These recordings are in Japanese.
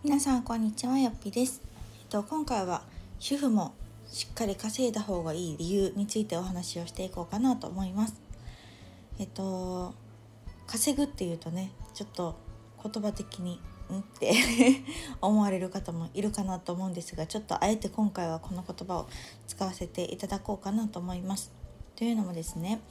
皆さんこんにちは、よっぴです。今回は主婦もしっかり稼いだ方がいい理由についてお話をしていこうかなと思います。稼ぐっていうとね、ちょっと言葉的にって思われる方もいるかなと思うんですが、ちょっとあえて今回はこの言葉を使わせていただこうかなと思います。というのもですね、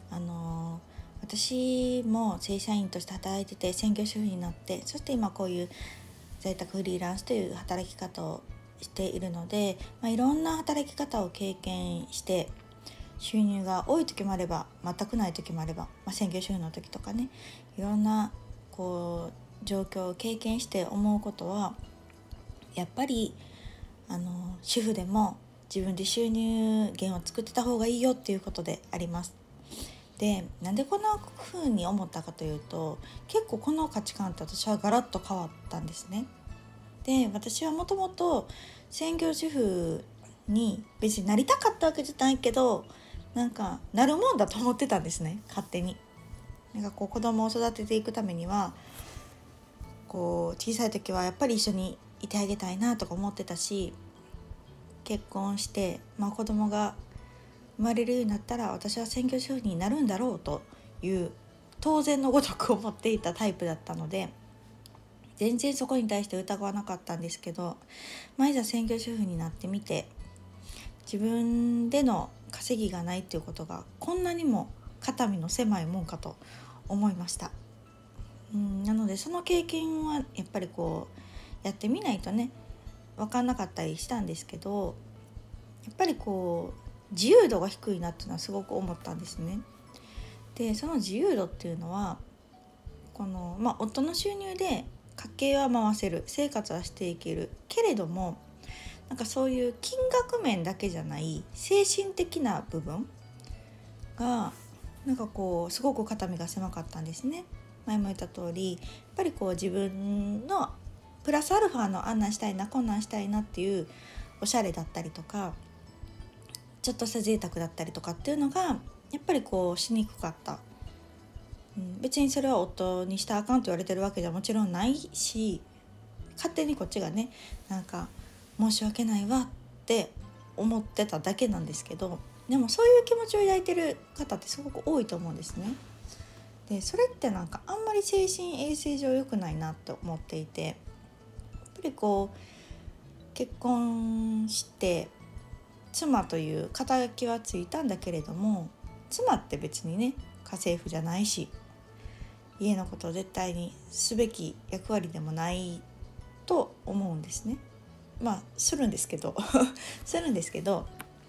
私も正社員として働いてて専業主婦になって、そして今こういう在宅フリーランスという働き方をしているので、いろんな働き方を経験して、収入が多い時もあれば全くない時もあれば、専業主婦の時とかね、いろんな状況を経験して思うことは、やっぱり主婦でも自分で収入源を作ってた方がいいよっていうことであります。で、なんでこんな風に思ったかというと、結構この価値観って私はガラッと変わったんですね。で、私はもともと専業主婦に別になりたかったわけじゃないけど、なるもんだと思ってたんですね、勝手に。子供を育てていくためには、小さい時はやっぱり一緒にいてあげたいなとか思ってたし、結婚して、子供が生まれるようになったら私は専業主婦になるんだろうという当然のごとく思っていたタイプだったので、全然そこに対して疑わなかったんですけど、いざ専業主婦になってみて、自分での稼ぎがないっていうことがこんなにも肩身の狭いもんかと思いました。なのでその経験はやっぱりやってみないとね、分かんなかったりしたんですけど、やっぱり自由度が低いなっていうのはすごく思ったんですね。で、その自由度っていうのは夫の収入で家計は回せる、生活はしていけるけれども、そういう金額面だけじゃない精神的な部分がすごく肩身が狭かったんですね。前も言った通り、やっぱり自分のプラスアルファのあんなんしたいな、こんなんしたいなっていうおしゃれだったりとか、ちょっとした贅沢だったりとかっていうのがやっぱりしにくかった。別にそれは夫にしたらあかんと言われてるわけじゃもちろんないし、勝手にこっちがね、申し訳ないわって思ってただけなんですけど、でもそういう気持ちを抱いてる方ってすごく多いと思うんですね。で、それってあんまり精神衛生上良くないなと思っていて、やっぱり結婚して妻という肩書きはついたんだけれども、妻って別にね、家政婦じゃないし、家のことを絶対にすべき役割でもないと思うんですね。するんですけどするんですけど、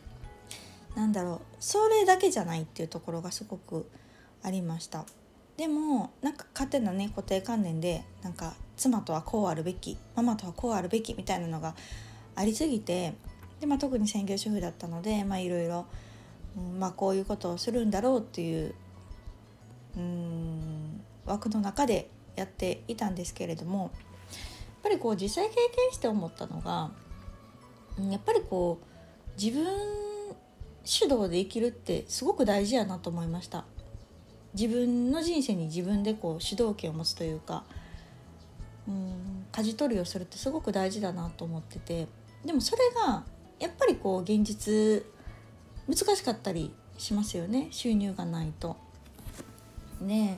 それだけじゃないっていうところがすごくありました。でも勝手なね、固定観念で妻とはこうあるべき、ママとはこうあるべきみたいなのがありすぎて、で、特に専業主婦だったので、いろいろ、こういうことをするんだろうっていう枠の中でやっていたんですけれども、やっぱり実際経験して思ったのが、やっぱり自分主導で生きるってすごく大事やなと思いました。自分の人生に自分で主導権を持つというか、舵取りをするってすごく大事だなと思ってて、でもそれがやっぱり現実難しかったりしますよね、収入がないとね。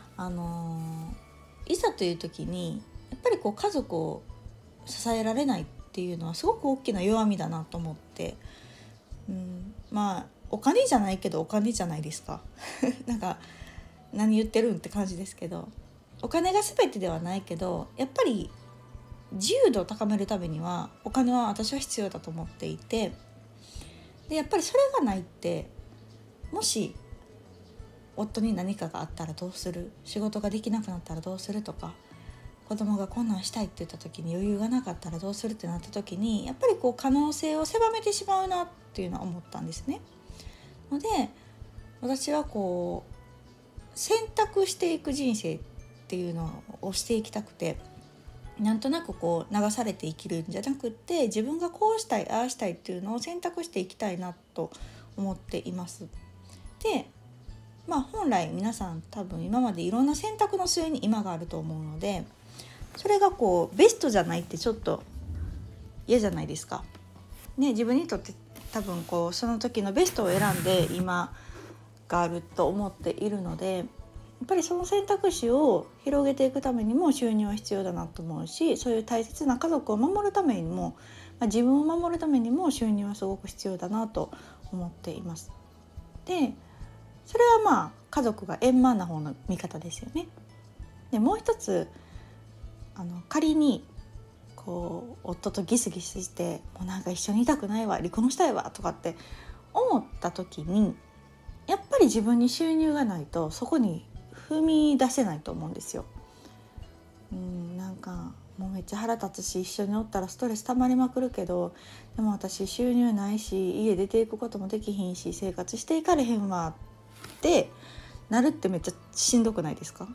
いざという時にやっぱり家族を支えられないっていうのはすごく大きな弱みだなと思って、お金じゃないけどお金じゃないですか何言ってるんって感じですけど、お金が全てではないけど、やっぱり自由度を高めるためにはお金は私は必要だと思っていて、でやっぱりそれがないって、もし夫に何かがあったらどうする、仕事ができなくなったらどうするとか、子供がこんなんしたいって言った時に余裕がなかったらどうするってなった時に、やっぱり可能性を狭めてしまうなっていうのは思ったんですね。ので私は選択していく人生っていうのをしていきたくて、なんとなく流されて生きるんじゃなくって、自分がこうしたいああしたいっていうのを選択していきたいなと思っています。で、本来皆さん多分今までいろんな選択の末に今があると思うので、 それがこうベストじゃないってちょっと嫌じゃないですか。ね、自分にとって多分こうその時のベストを選んで今があると思っているので、やっぱりその選択肢を広げていくためにも収入は必要だなと思うし、そういう大切な家族を守るためにも、自分を守るためにも収入はすごく必要だなと思っています。で、それは家族が円満な方の見方ですよね。で、もう一つ仮にこう夫とギスギスしてもうなんか一緒にいたくないわ、離婚したいわとかって思った時に、やっぱり自分に収入がないとそこに踏み出せないと思うんですよ。なんかもうめっちゃ腹立つし、一緒におったらストレス溜まりまくるけど、でも私収入ないし家出ていくこともできひんし生活していかれへんわってなるってめっちゃしんどくないですか？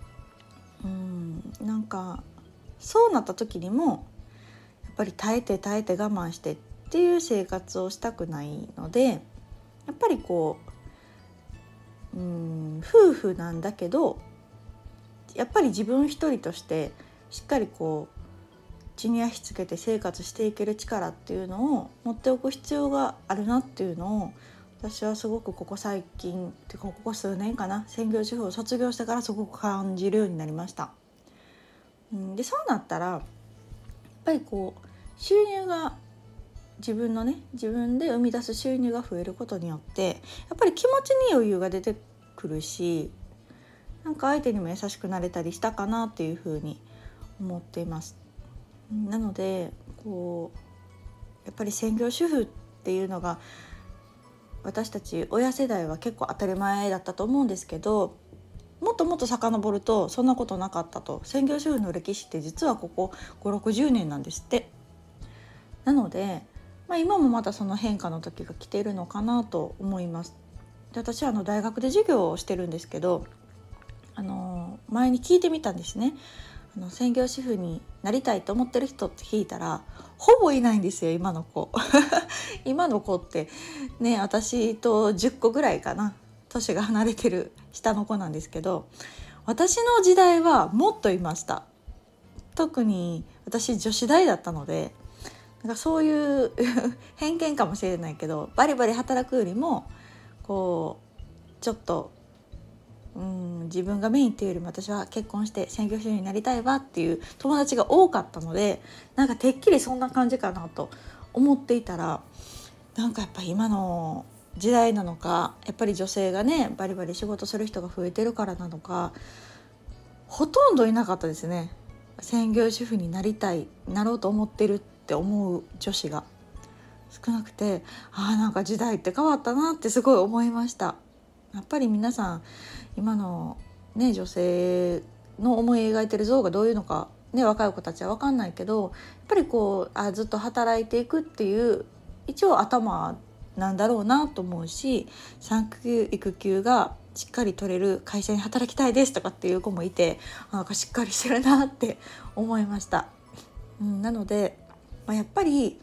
なんかそうなった時にもやっぱり耐えて耐えて我慢してっていう生活をしたくないので、やっぱりこう夫婦なんだけど、やっぱり自分一人としてしっかりこう地に足つけて生活していける力っていうのを持っておく必要があるなっていうのを、私はすごくここ最近ってここ数年かな、専業主婦を卒業してからすごく感じるようになりました。でそうなったらやっぱりこう収入が自分で生み出す収入が増えることによってやっぱり気持ちに余裕が出てくるし、なんか相手にも優しくなれたりしたかなっていうふうに思っています。なのでこうやっぱり専業主婦っていうのが私たち親世代は結構当たり前だったと思うんですけど、もっともっと遡るとそんなことなかったと。専業主婦の歴史って実はここ5、60年なんですって。なので、今もまたその変化の時が来ているのかなと思います。で、私は大学で授業をしてるんですけど、前に聞いてみたんですね。専業主婦になりたいと思ってる人って聞いたらほぼいないんですよ、今の子今の子ってね、私と10個ぐらいかな、年が離れてる下の子なんですけど、私の時代はもっといました。特に私女子大だったので、なんかそういう偏見かもしれないけど、バリバリ働くよりもこうちょっと自分がメインっていうよりも私は結婚して専業主婦になりたいわっていう友達が多かったので、なんかてっきりそんな感じかなと思っていたら、なんかやっぱり今の時代なのか、やっぱり女性がねバリバリ仕事する人が増えてるからなのか、ほとんどいなかったですね。専業主婦になろうと思ってるって思う女子が少なくて、なんか時代って変わったなってすごい思いました。やっぱり皆さん今のね女性の思い描いてる像がどういうのかね、若い子たちは分かんないけど、やっぱりこうずっと働いていくっていう一応頭なんだろうなと思うし、産休育休がしっかり取れる会社に働きたいですとかっていう子もいて、なんかしっかりしてるなって思いました。なので、やっぱり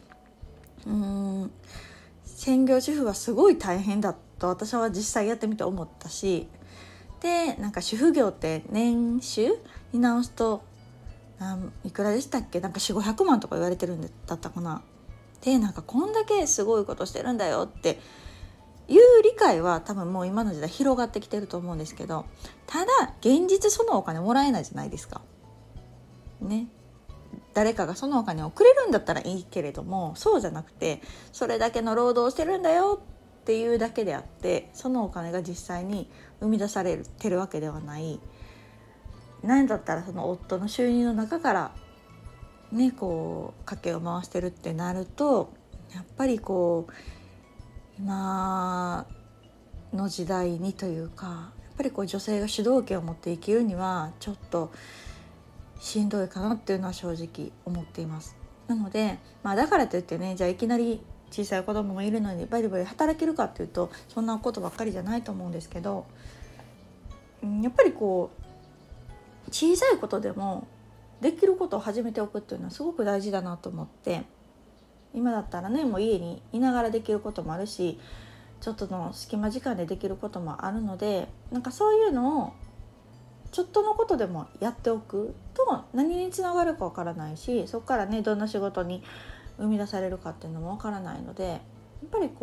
専業主婦はすごい大変だと私は実際やってみて思ったし、でなんか主婦業って年収に直すといくらでしたっけ、なんか4、500万とか言われてるんだったかな。でなんかこんだけすごいことしてるんだよっていう理解は多分もう今の時代広がってきてると思うんですけど、ただ現実そのお金もらえないじゃないですかね。誰かがそのお金をくれるんだったらいいけれども、そうじゃなくてそれだけの労働をしてるんだよっていうだけであって、そのお金が実際に生み出されてるわけではない。なんだったらその夫の収入の中からねこう家計を回してるってなると、やっぱりこう今の時代にというか、やっぱりこう女性が主導権を持って生きるにはちょっとしんどいかなっていうのは正直思っています。なので、だからといってね、じゃあいきなり小さい子供もいるのにバリバリ働けるかっていうとそんなことばっかりじゃないと思うんですけど、やっぱりこう小さいことでもできることを始めておくっていうのはすごく大事だなと思って、今だったらねもう家にいながらできることもあるし、ちょっとの隙間時間でできることもあるので、なんかそういうのをちょっとのことでもやっておくと何につながるかわからないし、そこからねどんな仕事に生み出されるかっていうのもわからないので、やっぱり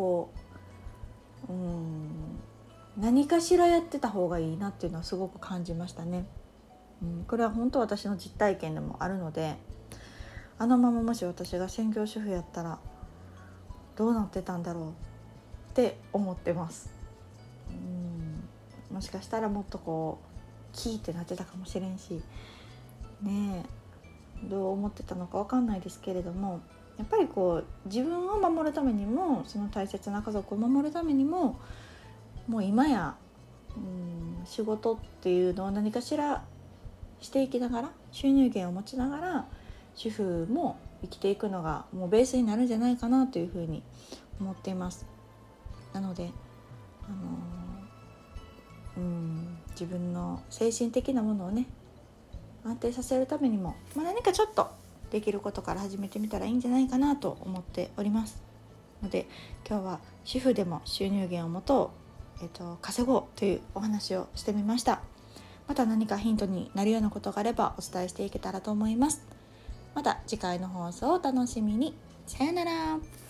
何かしらやってた方がいいなっていうのはすごく感じましたね。これは本当私の実体験でもあるので、あのままもし私が専業主婦やったらどうなってたんだろうって思ってます。もしかしたらもっとキーってなってたかもしれんしね、どう思ってたのか分かんないですけれども、やっぱり自分を守るためにも、その大切な家族を守るためにも、もう今や仕事っていうのを何かしらしていきながら、収入源を持ちながら主婦も生きていくのがもうベースになるんじゃないかなというふうに思っています。なので自分の精神的なものをね安定させるためにも、何かちょっとできることから始めてみたらいいんじゃないかなと思っておりますので、今日は主婦でも収入源をもと稼ごうというお話をしてみました。また何かヒントになるようなことがあればお伝えしていけたらと思います。また次回の放送をお楽しみに。さよなら。